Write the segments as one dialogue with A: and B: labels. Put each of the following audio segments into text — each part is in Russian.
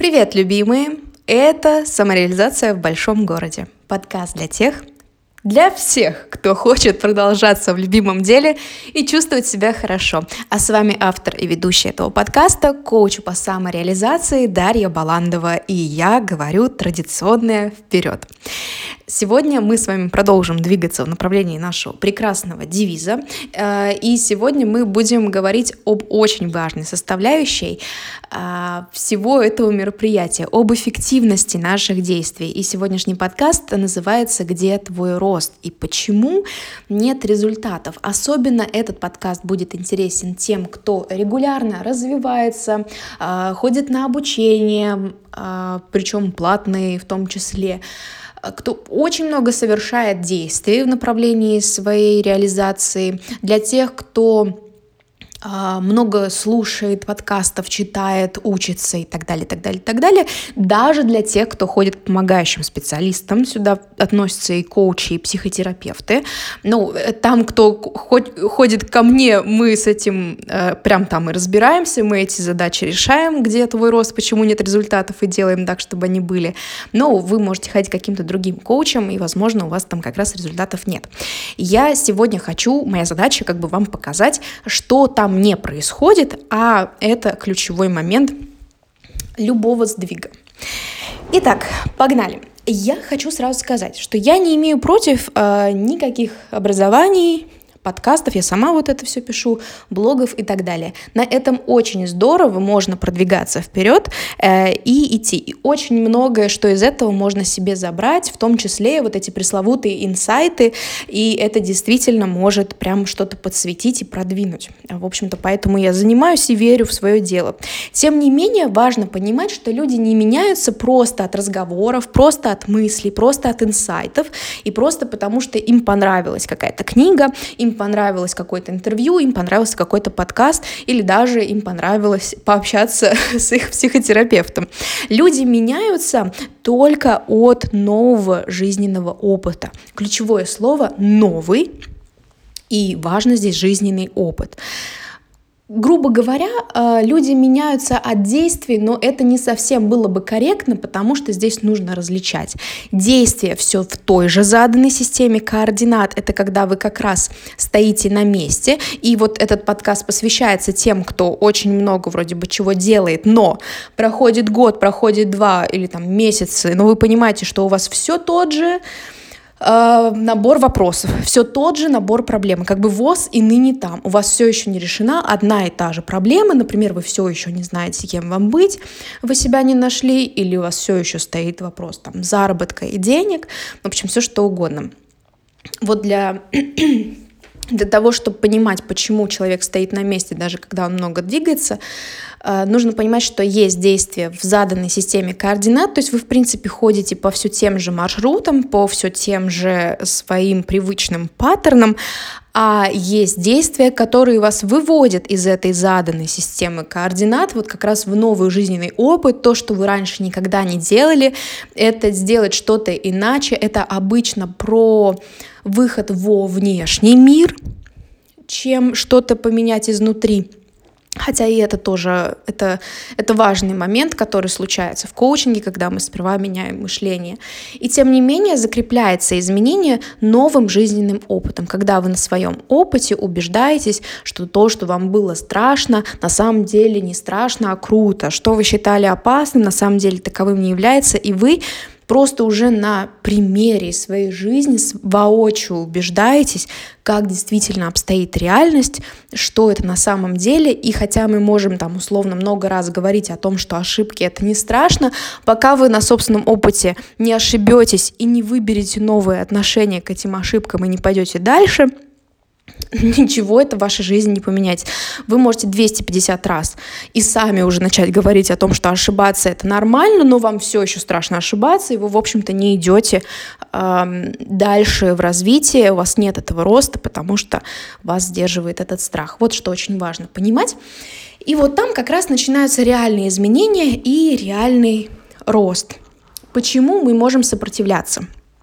A: Привет, любимые! Это «Самореализация в большом городе». Подкаст для всех, кто хочет продолжаться в любимом деле и чувствовать себя хорошо. А с вами автор и ведущая этого подкаста, коуч по самореализации Дарья Баландова, и я говорю традиционное «Вперед!». Сегодня мы с вами продолжим двигаться в направлении нашего прекрасного девиза, и сегодня мы будем говорить об очень важной составляющей всего этого мероприятия, об эффективности наших действий. И сегодняшний подкаст называется «Где твой рост?» и почему нет результатов. Особенно этот подкаст будет интересен тем, кто регулярно развивается, ходит на обучение, причем платные в том числе, кто очень много совершает действий в направлении своей реализации, для тех, кто много слушает подкастов, читает, учится и так далее, так далее, так далее. Даже для тех, кто ходит к помогающим специалистам, сюда относятся и коучи, и психотерапевты. Там, кто ходит ко мне, мы с этим прям там и разбираемся, мы эти задачи решаем, где твой рост, почему нет результатов, и делаем так, чтобы они были. Но вы можете ходить к каким-то другим коучам, и, возможно, у вас там как раз результатов нет. Я сегодня моя задача вам показать, что там не происходит, а это ключевой момент любого сдвига. Итак, погнали. Я хочу сразу сказать, что я не имею против никаких образований, подкастов, я сама это все пишу, блогов и так далее. На этом очень здорово можно продвигаться вперед и идти. И очень многое, что из этого можно себе забрать, в том числе эти пресловутые инсайты, и это действительно может прям что-то подсветить и продвинуть. В общем-то, поэтому я занимаюсь и верю в свое дело. Тем не менее, важно понимать, что люди не меняются просто от разговоров, просто от мыслей, просто от инсайтов, и просто потому, что им понравилась какая-то книга, им понравилось какое-то интервью, им понравился какой-то подкаст, или даже им понравилось пообщаться с их психотерапевтом. Люди меняются только от нового жизненного опыта. Ключевое слово «новый», и важно здесь жизненный опыт. Грубо говоря, люди меняются от действий, но это не совсем было бы корректно, потому что здесь нужно различать. Действие все в той же заданной системе координат, это когда вы как раз стоите на месте, и этот подкаст посвящается тем, кто очень много вроде бы чего делает, но проходит год, проходит 2 или месяцы, но вы понимаете, что у вас все тот же набор вопросов, все тот же набор проблем, ВОЗ и ныне там. У вас все еще не решена одна и та же проблема, например, вы все еще не знаете, кем вам быть, вы себя не нашли, или у вас все еще стоит вопрос заработка и денег, в общем, все что угодно. Для того, чтобы понимать, почему человек стоит на месте, даже когда он много двигается, нужно понимать, что есть действие в заданной системе координат, то есть вы, в принципе, ходите по все тем же маршрутам, по все тем же своим привычным паттернам, а есть действия, которые вас выводят из этой заданной системы координат, как раз в новый жизненный опыт, то, что вы раньше никогда не делали, это сделать что-то иначе, это обычно про выход во внешний мир, чем что-то поменять изнутри. Хотя и это тоже, это важный момент, который случается в коучинге, когда мы сперва меняем мышление. И тем не менее закрепляется изменение новым жизненным опытом, когда вы на своем опыте убеждаетесь, что то, что вам было страшно, на самом деле не страшно, а круто. Что вы считали опасным, на самом деле таковым не является, и вы просто уже на примере своей жизни воочию убеждаетесь, как действительно обстоит реальность, что это на самом деле. И хотя мы можем условно много раз говорить о том, что ошибки — это не страшно, пока вы на собственном опыте не ошибетесь и не выберете новые отношения к этим ошибкам и не пойдете дальше, ничего это в вашей жизни не поменять. Вы можете 250 раз и сами уже начать говорить о том, что ошибаться — это нормально, но вам все еще страшно ошибаться, и вы, в общем-то, не идете дальше в развитии, у вас нет этого роста, потому что вас сдерживает этот страх. Вот что очень важно понимать. И там как раз начинаются реальные изменения и реальный рост. Почему мы можем сопротивляться?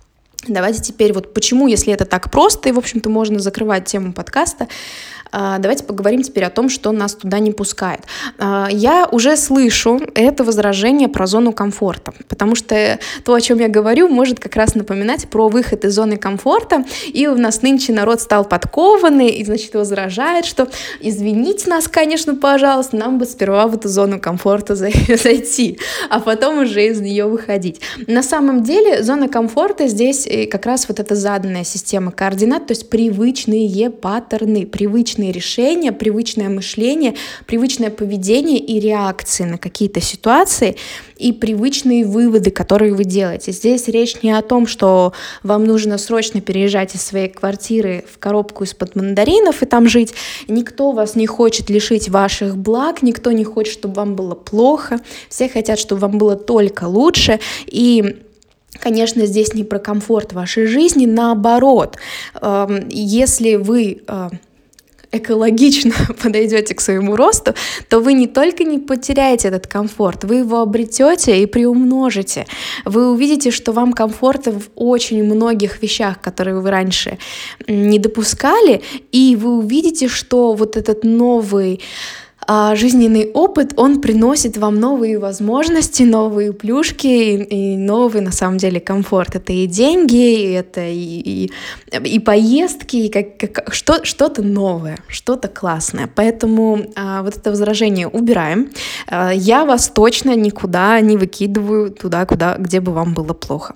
A: Давайте теперь почему, если это так просто, и, в общем-то, можно закрывать тему подкаста, давайте поговорим теперь о том, что нас туда не пускает. Я уже слышу это возражение про зону комфорта, потому что то, о чем я говорю, может как раз напоминать про выход из зоны комфорта, и у нас нынче народ стал подкованный, и, значит, возражает, что извините нас, конечно, пожалуйста, нам бы сперва в эту зону комфорта зайти, а потом уже из нее выходить. На самом деле зона комфорта здесь как раз эта заданная система координат, то есть привычные паттерны, привычные решения, привычное мышление, привычное поведение и реакции на какие-то ситуации и привычные выводы, которые вы делаете. Здесь речь не о том, что вам нужно срочно переезжать из своей квартиры в коробку из-под мандаринов и там жить. Никто вас не хочет лишить ваших благ, никто не хочет, чтобы вам было плохо. Все хотят, чтобы вам было только лучше. И конечно, здесь не про комфорт вашей жизни, наоборот. Если вы экологично подойдете к своему росту, то вы не только не потеряете этот комфорт, вы его обретете и приумножите. Вы увидите, что вам комфорта в очень многих вещах, которые вы раньше не допускали, и вы увидите, что этот новый жизненный опыт, он приносит вам новые возможности, новые плюшки и новый, на самом деле, комфорт. Это и деньги, это и поездки, и что-то новое, что-то классное. Поэтому это возражение убираем. Я вас точно никуда не выкидываю туда, где бы вам было плохо.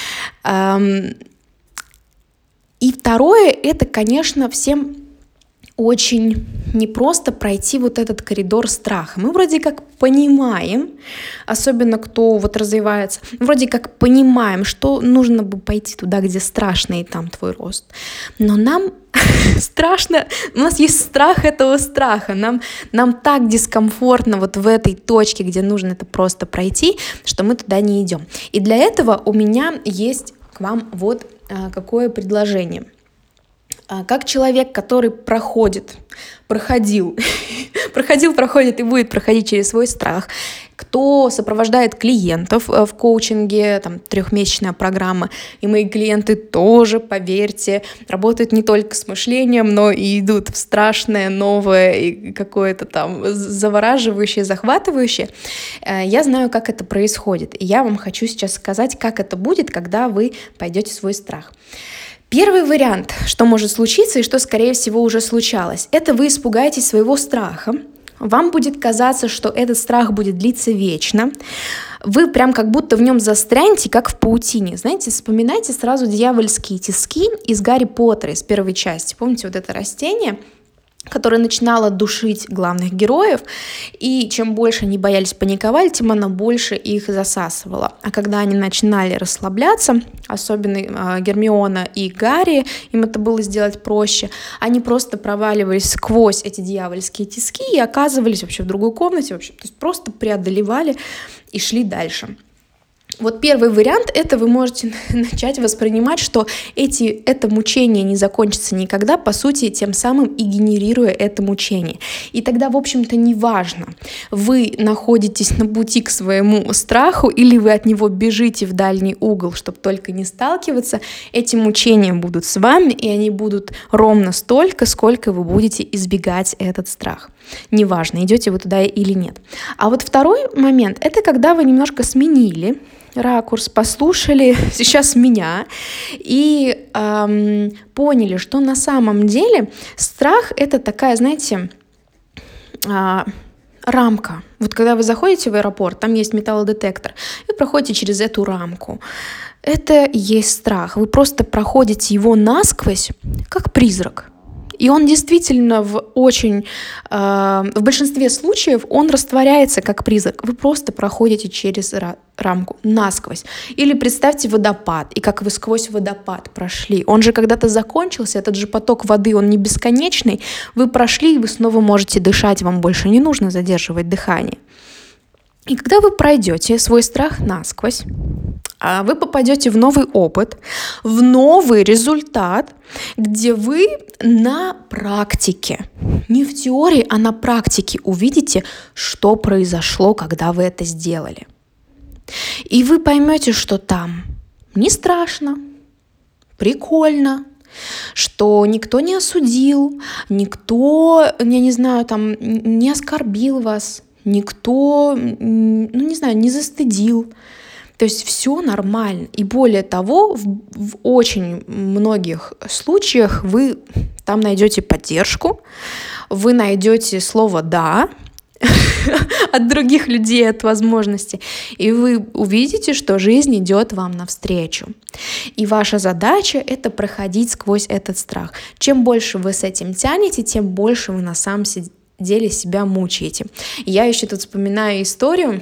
A: И второе, это, конечно, всем очень непросто пройти этот коридор страха. Мы вроде как понимаем, особенно кто развивается, вроде как понимаем, что нужно бы пойти туда, где страшно, и там твой рост. Но нам страшно, у нас есть страх этого страха, нам так дискомфортно в этой точке, где нужно это просто пройти, что мы туда не идем. И для этого у меня есть к вам какое предложение. Как человек, который проходит, проходит и будет проходить через свой страх, кто сопровождает клиентов в коучинге, 3-месячная программа, и мои клиенты тоже, поверьте, работают не только с мышлением, но и идут в страшное, новое и какое-то завораживающее, захватывающее. Я знаю, как это происходит, и я вам хочу сейчас сказать, как это будет, когда вы пойдете в свой страх. Первый вариант, что может случиться и что, скорее всего, уже случалось, это вы испугаетесь своего страха. Вам будет казаться, что этот страх будет длиться вечно. Вы прям как будто в нем застрянете, как в паутине. Знаете, вспоминайте сразу дьявольские тиски из Гарри Поттера, из первой части. Помните это растение, которая начинала душить главных героев, и чем больше они боялись, паниковали, тем она больше их засасывала. А когда они начинали расслабляться, особенно Гермиона и Гарри, им это было сделать проще, они просто проваливались сквозь эти дьявольские тиски и оказывались вообще в другой комнате, то есть просто преодолевали и шли дальше. Первый вариант, это вы можете начать воспринимать, что это мучение не закончится никогда, по сути, тем самым и генерируя это мучение. И тогда, в общем-то, неважно, вы находитесь на пути к своему страху или вы от него бежите в дальний угол, чтобы только не сталкиваться, эти мучения будут с вами, и они будут ровно столько, сколько вы будете избегать этот страх. Неважно, идете вы туда или нет. А второй момент, это когда вы немножко сменили ракурс, послушали сейчас меня и поняли, что на самом деле страх — это такая, знаете, рамка. Когда вы заходите в аэропорт, там есть металлодетектор, и проходите через эту рамку. Это и есть страх. Вы просто проходите его насквозь, как призрак. И он действительно в большинстве случаев он растворяется как призрак. Вы просто проходите через рамку насквозь. Или представьте водопад, и как вы сквозь водопад прошли. Он же когда-то закончился, этот же поток воды, он не бесконечный. Вы прошли, и вы снова можете дышать, вам больше не нужно задерживать дыхание. И когда вы пройдете свой страх насквозь, вы попадете в новый опыт, в новый результат, где вы на практике, не в теории, а на практике увидите, что произошло, когда вы это сделали. И вы поймете, что там не страшно, прикольно, что никто не осудил, никто, я не знаю, там, не оскорбил вас, никто, не застыдил. То есть все нормально. И более того, в очень многих случаях вы там найдете поддержку, вы найдете слово «да» от других людей, от возможностей, и вы увидите, что жизнь идет вам навстречу. И ваша задача — это проходить сквозь этот страх. Чем больше вы с этим тянете, тем больше вы на самом деле себя мучаете. Я еще тут вспоминаю историю.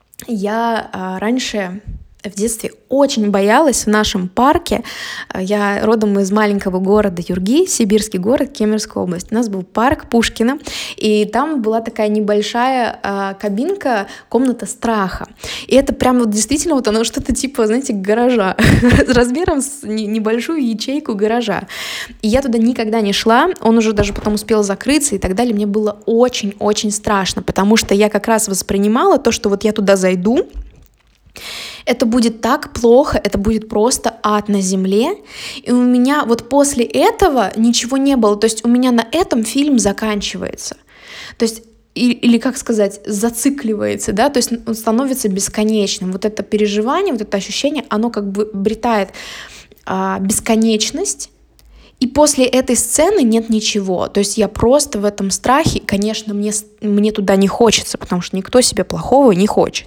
A: Я раньше в детстве очень боялась в нашем парке. Я родом из маленького города Юрги, сибирский город, Кемеровская область. У нас был парк Пушкина, и там была такая небольшая кабинка, комната страха. И это прям вот действительно вот оно что-то типа, знаете, гаража, размером с небольшую ячейку гаража. И я туда никогда не шла, он уже даже потом успел закрыться и так далее. Мне было очень-очень страшно, потому что я как раз воспринимала то, что вот я туда зайду, это будет так плохо, это будет просто ад на земле. И у меня вот после этого ничего не было. То есть у меня на этом фильм заканчивается. То есть, или как сказать, зацикливается, да, то есть он становится бесконечным. Вот это переживание, вот это ощущение, оно как бы обретает бесконечность. И после этой сцены нет ничего. То есть я просто в этом страхе, конечно, мне туда не хочется, потому что никто себе плохого не хочет.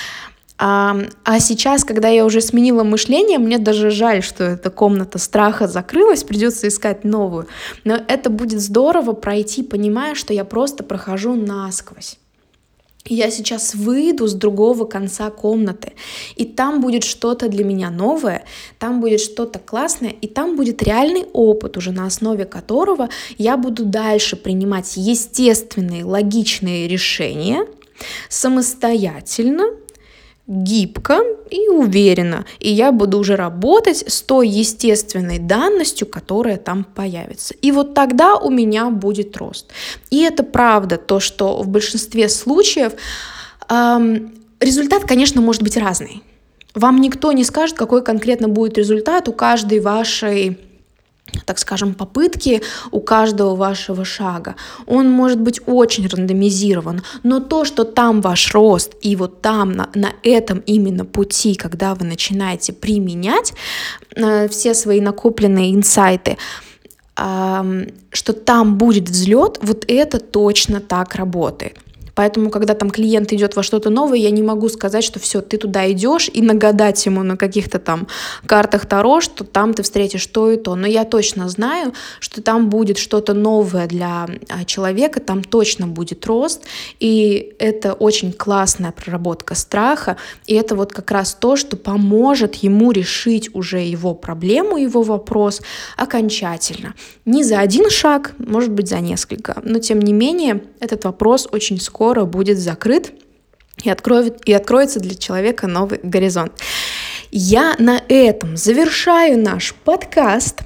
A: А сейчас, когда я уже сменила мышление, мне даже жаль, что эта комната страха закрылась, придется искать новую. Но это будет здорово пройти, понимая, что я просто прохожу насквозь. Я сейчас выйду с другого конца комнаты, и там будет что-то для меня новое, там будет что-то классное, и там будет реальный опыт, уже на основе которого я буду дальше принимать естественные, логичные решения самостоятельно, гибко и уверенно, и я буду уже работать с той естественной данностью, которая там появится. И вот тогда у меня будет рост. И это правда, то, что в большинстве случаев результат, конечно, может быть разный. Вам никто не скажет, какой конкретно будет результат у каждой вашей, так скажем, попытки, у каждого вашего шага. Он может быть очень рандомизирован, но то, что там ваш рост, и вот там, на этом именно пути, когда вы начинаете применять все свои накопленные инсайты, что там будет взлет, вот это точно так работает. Поэтому, когда там клиент идет во что-то новое, я не могу сказать, что все, ты туда идешь и нагадать ему на каких-то там картах Таро, что там ты встретишь то и то. Но я точно знаю, что там будет что-то новое для человека, там точно будет рост. И это очень классная проработка страха. И это вот как раз то, что поможет ему решить уже его проблему, его вопрос окончательно. Не за один шаг, может быть, за несколько. Но тем не менее, этот вопрос очень скоро будет закрыт и откроется для человека новый горизонт. Я на этом завершаю наш подкаст.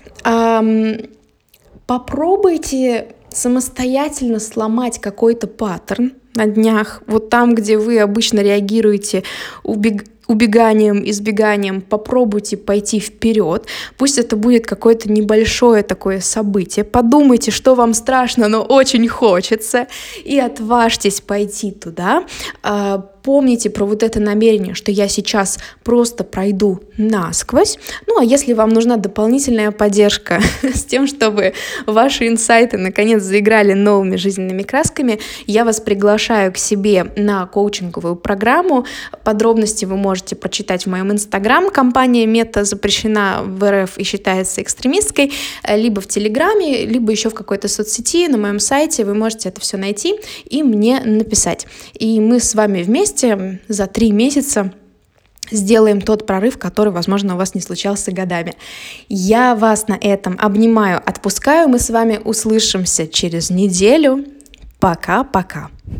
A: Попробуйте самостоятельно сломать какой-то паттерн на днях. Вот там, где вы обычно реагируете убеганием, избеганием, попробуйте пойти вперед. Пусть это будет какое-то небольшое такое событие. Подумайте, что вам страшно, но очень хочется, и отважьтесь пойти туда. Помните про вот это намерение, что я сейчас просто пройду насквозь. Ну, а если вам нужна дополнительная поддержка с тем, чтобы ваши инсайты наконец заиграли новыми жизненными красками, я вас приглашаю к себе на коучинговую программу. Подробности вы можете прочитать в моем инстаграм. Компания Мета запрещена в РФ и считается экстремистской. Либо в Телеграме, либо еще в какой-то соцсети. На моем сайте вы можете это все найти и мне написать. И мы с вами вместе за 3 месяца сделаем тот прорыв, который, возможно, у вас не случался годами. Я вас на этом обнимаю, отпускаю. Мы с вами услышимся через неделю. Пока-пока.